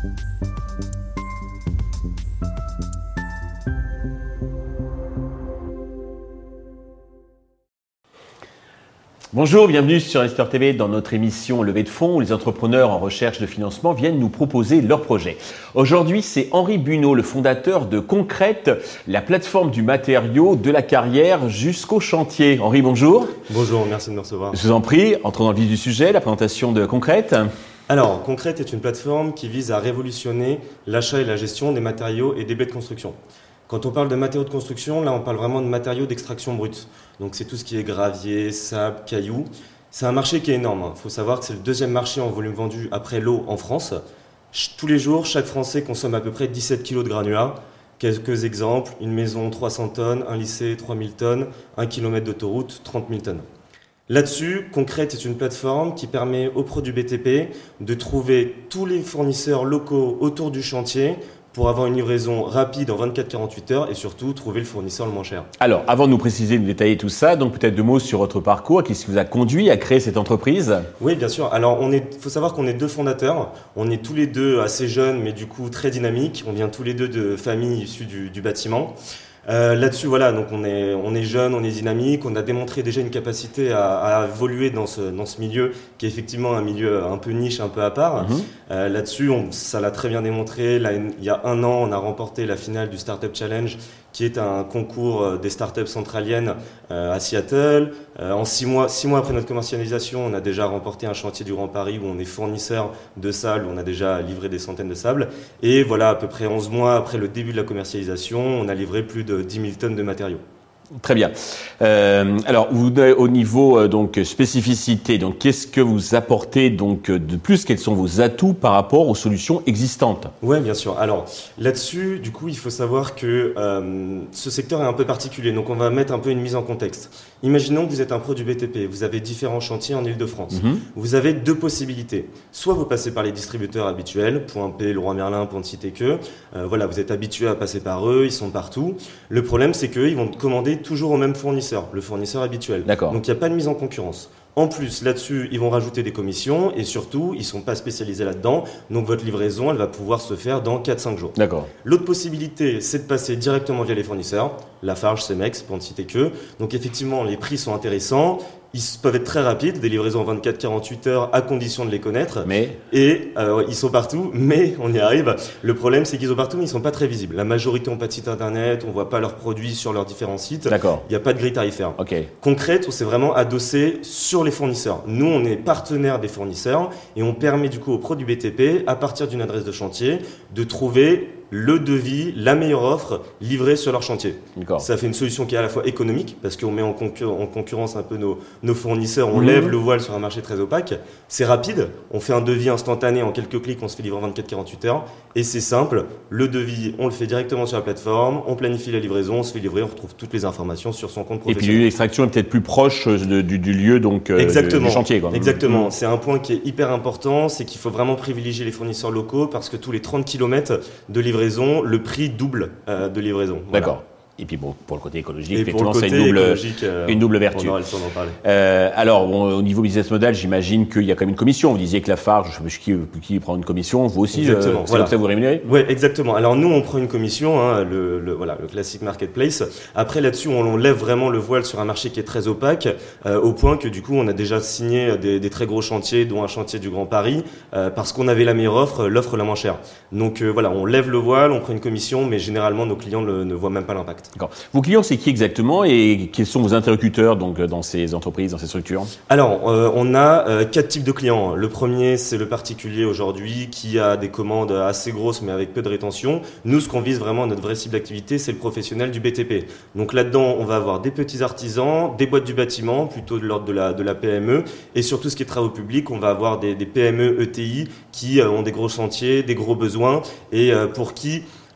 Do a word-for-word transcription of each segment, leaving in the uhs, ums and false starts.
Bonjour, bienvenue sur Investor T V dans notre émission Levée de fonds où les entrepreneurs en recherche de financement viennent nous proposer leurs projets. Aujourd'hui, c'est Henri Bunot, le fondateur de Concrete, la plateforme du matériau de la carrière jusqu'au chantier. Henri, bonjour. Bonjour, merci de me recevoir. Je vous en prie, entrons dans le vif du sujet, la présentation de Concrete. Alors, Concrete est une plateforme qui vise à révolutionner l'achat et la gestion des matériaux et des baies de construction. Quand on parle de matériaux de construction, là on parle vraiment de matériaux d'extraction brute. Donc c'est tout ce qui est gravier, sable, cailloux. C'est un marché qui est énorme. Il faut savoir que c'est le deuxième marché en volume vendu après l'eau en France. Tous les jours, chaque Français consomme à peu près dix-sept kilos de granulats. Quelques exemples, une maison trois cents tonnes, un lycée trois mille tonnes, un kilomètre d'autoroute trente mille tonnes. Là-dessus, Concrete est une plateforme qui permet aux pros du B T P de trouver tous les fournisseurs locaux autour du chantier pour avoir une livraison rapide en vingt-quatre à quarante-huit heures et surtout trouver le fournisseur le moins cher. Alors, avant de nous préciser, de détailler tout ça, donc peut-être deux mots sur votre parcours. Qu'est-ce qui vous a conduit à créer cette entreprise ? Oui, bien sûr. Alors, on est, faut savoir qu'on est deux fondateurs. On est tous les deux assez jeunes, mais du coup très dynamiques. On vient tous les deux de familles issues du, du bâtiment. Euh, là-dessus, voilà, donc on est, on est jeune, on est dynamique, on a démontré déjà une capacité à, à évoluer dans ce, dans ce milieu qui est effectivement un milieu un peu niche, un peu à part. Mmh. Euh, là-dessus, on, ça l'a très bien démontré. Là, il y a un an, on a remporté la finale du Startup Challenge, qui est un concours des startups centraliennes euh, à Seattle. Euh, en six mois, six mois après notre commercialisation, on a déjà remporté un chantier du Grand Paris où on est fournisseur de sable, où on a déjà livré des centaines de sables. Et voilà, à peu près onze mois après le début de la commercialisation, on a livré plus de dix mille tonnes de matériaux. Très bien. Euh, alors, vous, au niveau euh, donc spécificité, donc qu'est-ce que vous apportez donc de plus ? Quels sont vos atouts par rapport aux solutions existantes ? Oui, bien sûr. Alors là-dessus, du coup, il faut savoir que euh, ce secteur est un peu particulier. Donc, on va mettre un peu une mise en contexte. Imaginons que vous êtes un pro du B T P. Vous avez différents chantiers en Île-de-France. Mm-hmm. Vous avez deux possibilités. Soit vous passez par les distributeurs habituels, Point P, Leroy Merlin, pour ne citer que. Euh, voilà, vous êtes habitué à passer par eux. Ils sont partout. Le problème, c'est qu'eux, ils vont commander toujours au même fournisseur, le fournisseur habituel. D'accord. Donc il n'y a pas de mise en concurrence. En plus, là-dessus, ils vont rajouter des commissions et surtout, ils ne sont pas spécialisés là-dedans. Donc votre livraison, elle va pouvoir se faire dans quatre à cinq jours. D'accord. L'autre possibilité, c'est de passer directement via les fournisseurs, Lafarge, Cemex, pour ne citer que. Donc effectivement, les prix sont intéressants. Ils peuvent être très rapides, des livraisons en vingt-quatre à quarante-huit heures à condition de les connaître. Mais Et euh, ils sont partout, mais on y arrive. Le problème, c'est qu'ils sont partout, mais ils ne sont pas très visibles. La majorité n'ont pas de site internet, on ne voit pas leurs produits sur leurs différents sites. D'accord. Il n'y a pas de grille tarifaire. Okay. Concrete, on s'est vraiment adossé sur les fournisseurs. Nous, on est partenaire des fournisseurs et on permet du coup aux pros du B T P, à partir d'une adresse de chantier, de trouver le devis, la meilleure offre livrée sur leur chantier. D'accord. Ça fait une solution qui est à la fois économique, parce qu'on met en, concur- en concurrence un peu nos, nos fournisseurs, on mmh. lève le voile sur un marché très opaque. C'est rapide, on fait un devis instantané, en quelques clics, on se fait livrer en vingt-quatre à quarante-huit heures. Et c'est simple, le devis, on le fait directement sur la plateforme, on planifie la livraison, on se fait livrer, on retrouve toutes les informations sur son compte professionnel. Et puis l'extraction est peut-être plus proche de, du, du lieu, donc euh, Exactement. du chantier. Quoi. Exactement, mmh. c'est un point qui est hyper important, c'est qu'il faut vraiment privilégier les fournisseurs locaux, parce que tous les trente kilomètres de livraison, le prix double euh, de livraison. Voilà. D'accord. Et puis bon, pour le côté écologique, et effectivement, côté c'est une double, euh, une double vertu. On aura le temps d'en parler. Euh, alors, bon, au niveau business model, j'imagine qu'il y a quand même une commission. Vous disiez que Lafarge, je sais qui, qui prend une commission, vous aussi, exactement. Euh, c'est voilà. comme ça que vous rémunérez ? Oui, exactement. Alors nous, on prend une commission, hein, le, le, voilà, le classique marketplace. Après, là-dessus, on, on lève vraiment le voile sur un marché qui est très opaque, euh, au point que du coup, on a déjà signé des, des très gros chantiers, dont un chantier du Grand Paris, euh, parce qu'on avait la meilleure offre, l'offre la moins chère. Donc euh, voilà, on lève le voile, on prend une commission, mais généralement, nos clients ne, ne voient même pas l'impact. D'accord. Vos clients, c'est qui exactement et quels sont vos interlocuteurs donc, dans ces entreprises, dans ces structures ? Alors, euh, on a euh, quatre types de clients. Le premier, c'est le particulier aujourd'hui qui a des commandes assez grosses mais avec peu de rétention. Nous, ce qu'on vise vraiment, notre vraie cible d'activité, c'est le professionnel du B T P. Donc là-dedans, on va avoir des petits artisans, des boîtes du bâtiment, plutôt de l'ordre de la, de la P M E, et surtout ce qui est travaux publics, on va avoir des, des P M E E T I qui euh, ont des gros chantiers, des gros besoins et euh, pour qui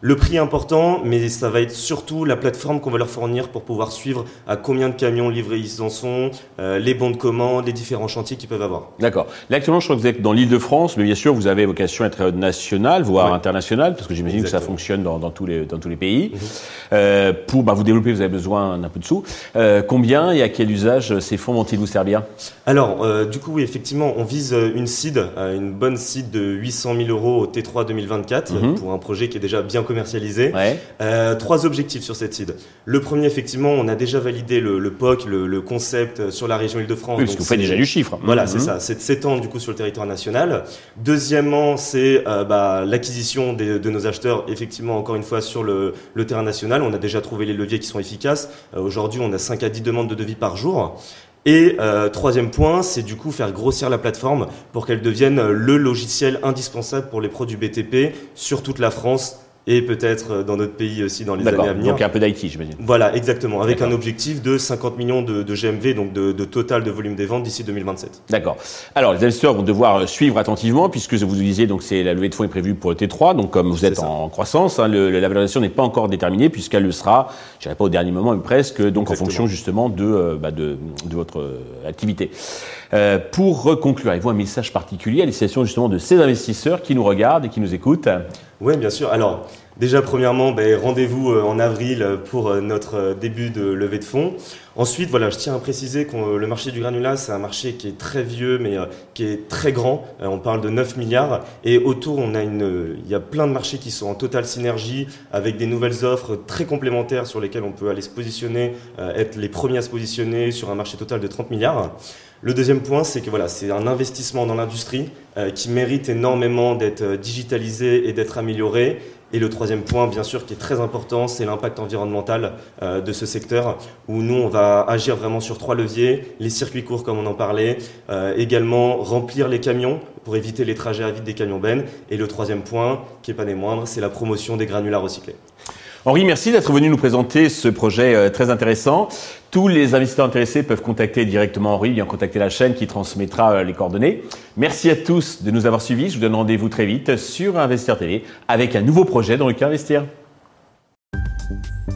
Le prix est important, mais ça va être surtout la plateforme qu'on va leur fournir pour pouvoir suivre à combien de camions livrés ils en sont, euh, les bons de commande, les différents chantiers qu'ils peuvent avoir. D'accord. Là, actuellement, je crois que vous êtes dans l'Île-de-France, mais bien sûr, vous avez vocation à être national, voire ouais. international, parce que j'imagine Exactement. que ça fonctionne dans, dans, tous, les, dans tous les pays. Mmh. Euh, pour bah, vous développer, vous avez besoin d'un peu de sous. Euh, combien et à quel usage ces fonds vont-ils vous servir? Alors, euh, du coup, oui, effectivement, on vise une seed, euh, une bonne seed de huit cent mille euros au T trois deux mille vingt-quatre mmh. pour un projet qui est déjà bien commercialisé. Ouais. Euh, trois objectifs sur cette seed. Le premier, effectivement, on a déjà validé le, le P O C, le, le concept sur la région Île-de-France. Oui, parce que vous faites déjà du chiffre. Voilà, mmh. c'est ça. C'est de s'étendre du coup sur le territoire national. Deuxièmement, c'est euh, bah, l'acquisition des, de nos acheteurs, effectivement, encore une fois, sur le, le terrain national. On a déjà trouvé les leviers qui sont efficaces. Euh, aujourd'hui, on a cinq à dix demandes de devis par jour. Et euh, troisième point, c'est du coup faire grossir la plateforme pour qu'elle devienne le logiciel indispensable pour les produits B T P sur toute la France et peut-être dans notre pays aussi dans les années à venir. Donc un peu d'I T, j'imagine. Voilà, exactement, avec D'accord. un objectif de cinquante millions de, de G M V, donc de, de total de volume des ventes d'ici deux mille vingt-sept. D'accord. Alors les investisseurs vont devoir suivre attentivement, puisque vous disiez, donc c'est la levée de fonds est prévue pour le T trois, donc comme vous êtes en croissance, hein, le, la valorisation n'est pas encore déterminée, puisqu'elle le sera, je dirais pas au dernier moment, mais presque, donc exactement. En fonction justement de, euh, bah de, de votre euh, activité. Euh, pour conclure, avez-vous un message particulier à destination justement de ces investisseurs qui nous regardent et qui nous écoutent? Oui, bien sûr. Alors, déjà, premièrement, ben, rendez-vous en avril pour notre début de levée de fonds. Ensuite, voilà, je tiens à préciser que le marché du granulat, c'est un marché qui est très vieux, mais qui est très grand. On parle de neuf milliards. Et autour, on a une, il y a plein de marchés qui sont en totale synergie, avec des nouvelles offres très complémentaires sur lesquelles on peut aller se positionner, être les premiers à se positionner sur un marché total de trente milliards. Le deuxième point, c'est que voilà, c'est un investissement dans l'industrie euh, qui mérite énormément d'être digitalisé et d'être amélioré. Et le troisième point, bien sûr, qui est très important, c'est l'impact environnemental euh, de ce secteur, où nous, on va agir vraiment sur trois leviers, les circuits courts, comme on en parlait, euh, également remplir les camions pour éviter les trajets à vide des camions bennes. Et le troisième point, qui n'est pas des moindres, c'est la promotion des granulats recyclés. Henri, merci d'être venu nous présenter ce projet euh, très intéressant. Tous les investisseurs intéressés peuvent contacter directement Henri, bien contacter la chaîne qui transmettra euh, les coordonnées. Merci à tous de nous avoir suivis. Je vous donne rendez-vous très vite sur Investir T V avec un nouveau projet dans lequel investir.